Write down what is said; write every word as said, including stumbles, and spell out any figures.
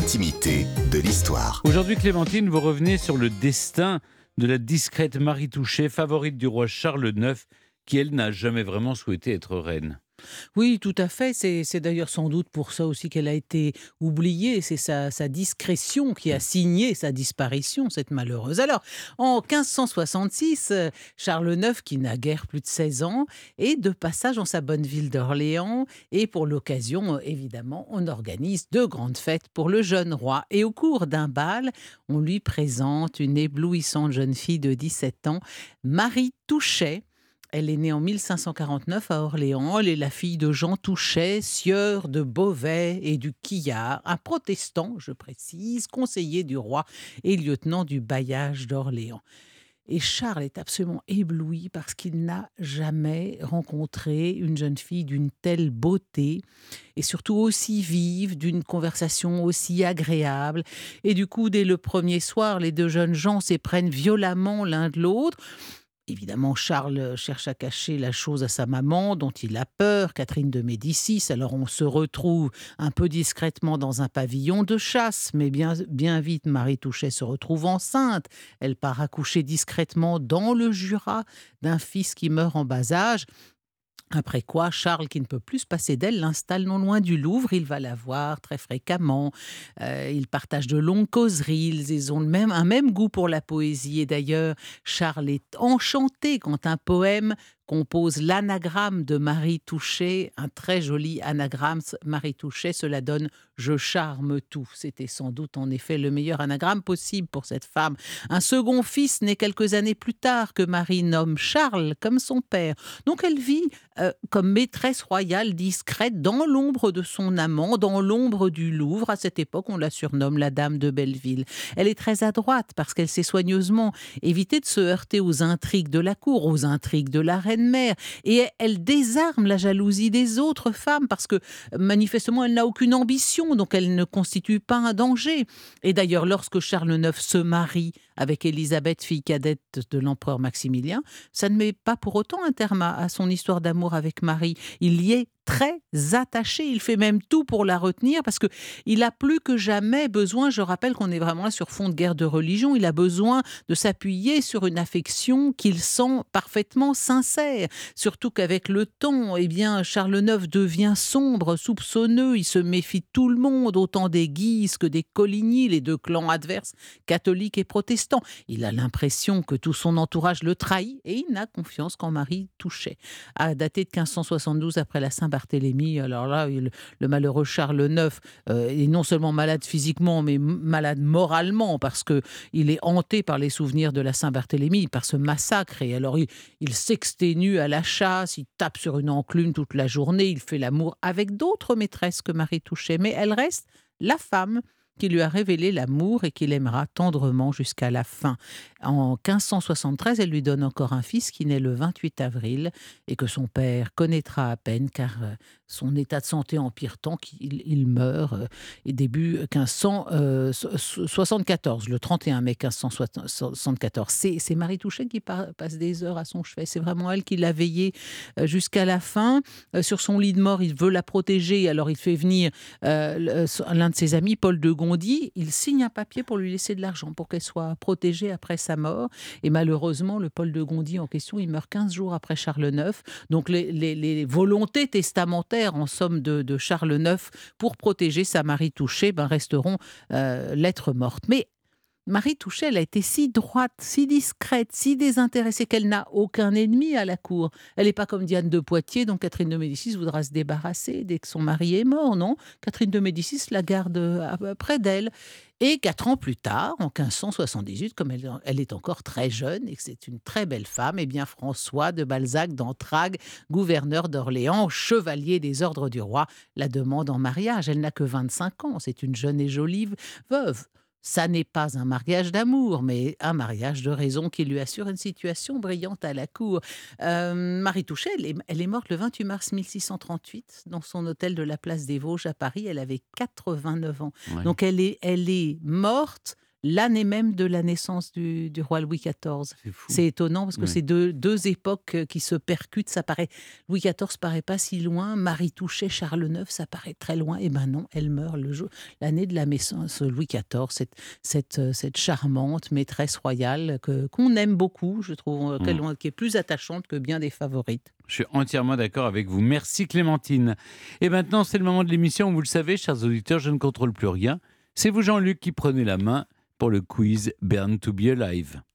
L'intimité de l'histoire. Aujourd'hui, Clémentine, vous revenez sur le destin de la discrète Marie Touchet, favorite du roi Charles neuf, qui, elle, n'a jamais vraiment souhaité être reine. Oui, tout à fait. C'est, c'est d'ailleurs sans doute pour ça aussi qu'elle a été oubliée. C'est sa, sa discrétion qui a signé sa disparition, cette malheureuse. Alors, en quinze cent soixante-six, euh, Charles neuf, qui n'a guère plus de seize ans, est de passage en sa bonne ville d'Orléans. Et pour l'occasion, euh, évidemment, on organise de grandes fêtes pour le jeune roi. Et au cours d'un bal, on lui présente une éblouissante jeune fille de dix-sept ans, Marie Touchet. Elle est née en mille cinq cent quarante-neuf à Orléans. Elle est la fille de Jean Touchet, sieur de Beauvais et du Quillard, un protestant, je précise, conseiller du roi et lieutenant du bailliage d'Orléans. Et Charles est absolument ébloui parce qu'il n'a jamais rencontré une jeune fille d'une telle beauté et surtout aussi vive, d'une conversation aussi agréable. Et du coup, dès le premier soir, les deux jeunes gens s'éprennent violemment l'un de l'autre. Évidemment, Charles cherche à cacher la chose à sa maman, dont il a peur, Catherine de Médicis. Alors on se retrouve un peu discrètement dans un pavillon de chasse, mais bien, bien vite, Marie Touchet se retrouve enceinte. Elle part accoucher discrètement dans le Jura d'un fils qui meurt en bas âge. Après quoi, Charles, qui ne peut plus se passer d'elle, l'installe non loin du Louvre. Il va la voir très fréquemment. Euh, ils partagent de longues causeries. Ils ont le même, un même goût pour la poésie. Et d'ailleurs, Charles est enchanté quand un poème compose l'anagramme de Marie Touchet, un très joli anagramme. Marie Touchet, cela donne « Je charme tout ». C'était sans doute en effet le meilleur anagramme possible pour cette femme. Un second fils naît quelques années plus tard que Marie nomme Charles comme son père. Donc elle vit euh, comme maîtresse royale discrète dans l'ombre de son amant, dans l'ombre du Louvre. À cette époque, on la surnomme la Dame de Belleville. Elle est très adroite parce qu'elle sait soigneusement éviter de se heurter aux intrigues de la cour, aux intrigues de la reine mère. Et elle désarme la jalousie des autres femmes parce que manifestement, elle n'a aucune ambition, donc elle ne constitue pas un danger. Et d'ailleurs, lorsque Charles neuf se marie avec Élisabeth, fille cadette de l'empereur Maximilien, ça ne met pas pour autant un terme à son histoire d'amour avec Marie. Il y est très attaché, il fait même tout pour la retenir parce qu'il a plus que jamais besoin, je rappelle qu'on est vraiment là sur fond de guerre de religion, il a besoin de s'appuyer sur une affection qu'il sent parfaitement sincère, surtout qu'avec le temps, eh bien, Charles neuf devient sombre, soupçonneux, il se méfie de tout le monde, autant des Guises que des Coligny, les deux clans adverses, catholiques et protestants. Il a l'impression que tout son entourage le trahit et il n'a confiance qu'en Marie Touchet. À dater de quinze cent soixante-douze, après la Saint-Barthélemy, alors là, le, le malheureux Charles neuf euh, est non seulement malade physiquement, mais malade moralement, parce qu'il est hanté par les souvenirs de la Saint-Barthélemy, par ce massacre. Et alors, il, il s'exténue à la chasse, il tape sur une enclume toute la journée, il fait l'amour avec d'autres maîtresses que Marie Touchet, mais elle reste la femme qui lui a révélé l'amour et qu'il aimera tendrement jusqu'à la fin. En quinze cent soixante-treize, elle lui donne encore un fils qui naît le vingt-huit avril et que son père connaîtra à peine car son état de santé empire tant qu'il il meurt euh, et début quinze cent soixante-quatorze, le trente et un mai quinze cent soixante-quatorze. C'est, c'est Marie Touchet qui pa- passe des heures à son chevet. C'est vraiment elle qui l'a veillée euh, jusqu'à la fin. Euh, sur son lit de mort, il veut la protéger, alors il fait venir euh, l'un de ses amis, Paul de Gondi. Il signe un papier pour lui laisser de l'argent pour qu'elle soit protégée après sa mort. Et malheureusement, le Paul de Gondi en question, il meurt quinze jours après Charles neuf. Donc les, les, les volontés testamentaires, en somme, de, de Charles neuf pour protéger sa Marie Touchet ben, resteront euh, lettre morte. Mais Marie Touchet, elle a été si droite, si discrète, si désintéressée qu'elle n'a aucun ennemi à la cour. Elle n'est pas comme Diane de Poitiers, dont Catherine de Médicis voudra se débarrasser dès que son mari est mort, non. Catherine de Médicis la garde près d'elle. Et quatre ans plus tard, en quinze cent soixante-dix-huit, comme elle, elle est encore très jeune et que c'est une très belle femme, eh bien François de Balzac d'Entragues, gouverneur d'Orléans, chevalier des ordres du roi, la demande en mariage. Elle n'a que vingt-cinq ans, c'est une jeune et jolie veuve. Ça n'est pas un mariage d'amour, mais un mariage de raison qui lui assure une situation brillante à la cour. Euh, Marie Touchet, elle est, elle est morte le vingt-huit mars mille six cent trente-huit dans son hôtel de la place des Vosges à Paris. Elle avait quatre-vingt-neuf ans. Ouais. Donc elle est, elle est morte l'année même de la naissance du, du roi Louis quatorze. C'est fou. C'est étonnant parce que Ouais. c'est deux, deux époques euh, qui se percutent. Ça paraît, Louis quatorze paraît pas si loin, Marie Touchet, Charles neuf, ça paraît très loin. Et ben non, elle meurt le jour, l'année de la naissance de Louis quatorze, cette, cette, euh, cette charmante maîtresse royale que, qu'on aime beaucoup, je trouve, euh, qu'elle- qui est plus attachante que bien des favorites. Je suis entièrement d'accord avec vous. Merci Clémentine. Et maintenant, c'est le moment de l'émission où, vous le savez, chers auditeurs, je ne contrôle plus rien. C'est vous, Jean-Luc, qui prenez la main pour le quiz Burn to be Alive.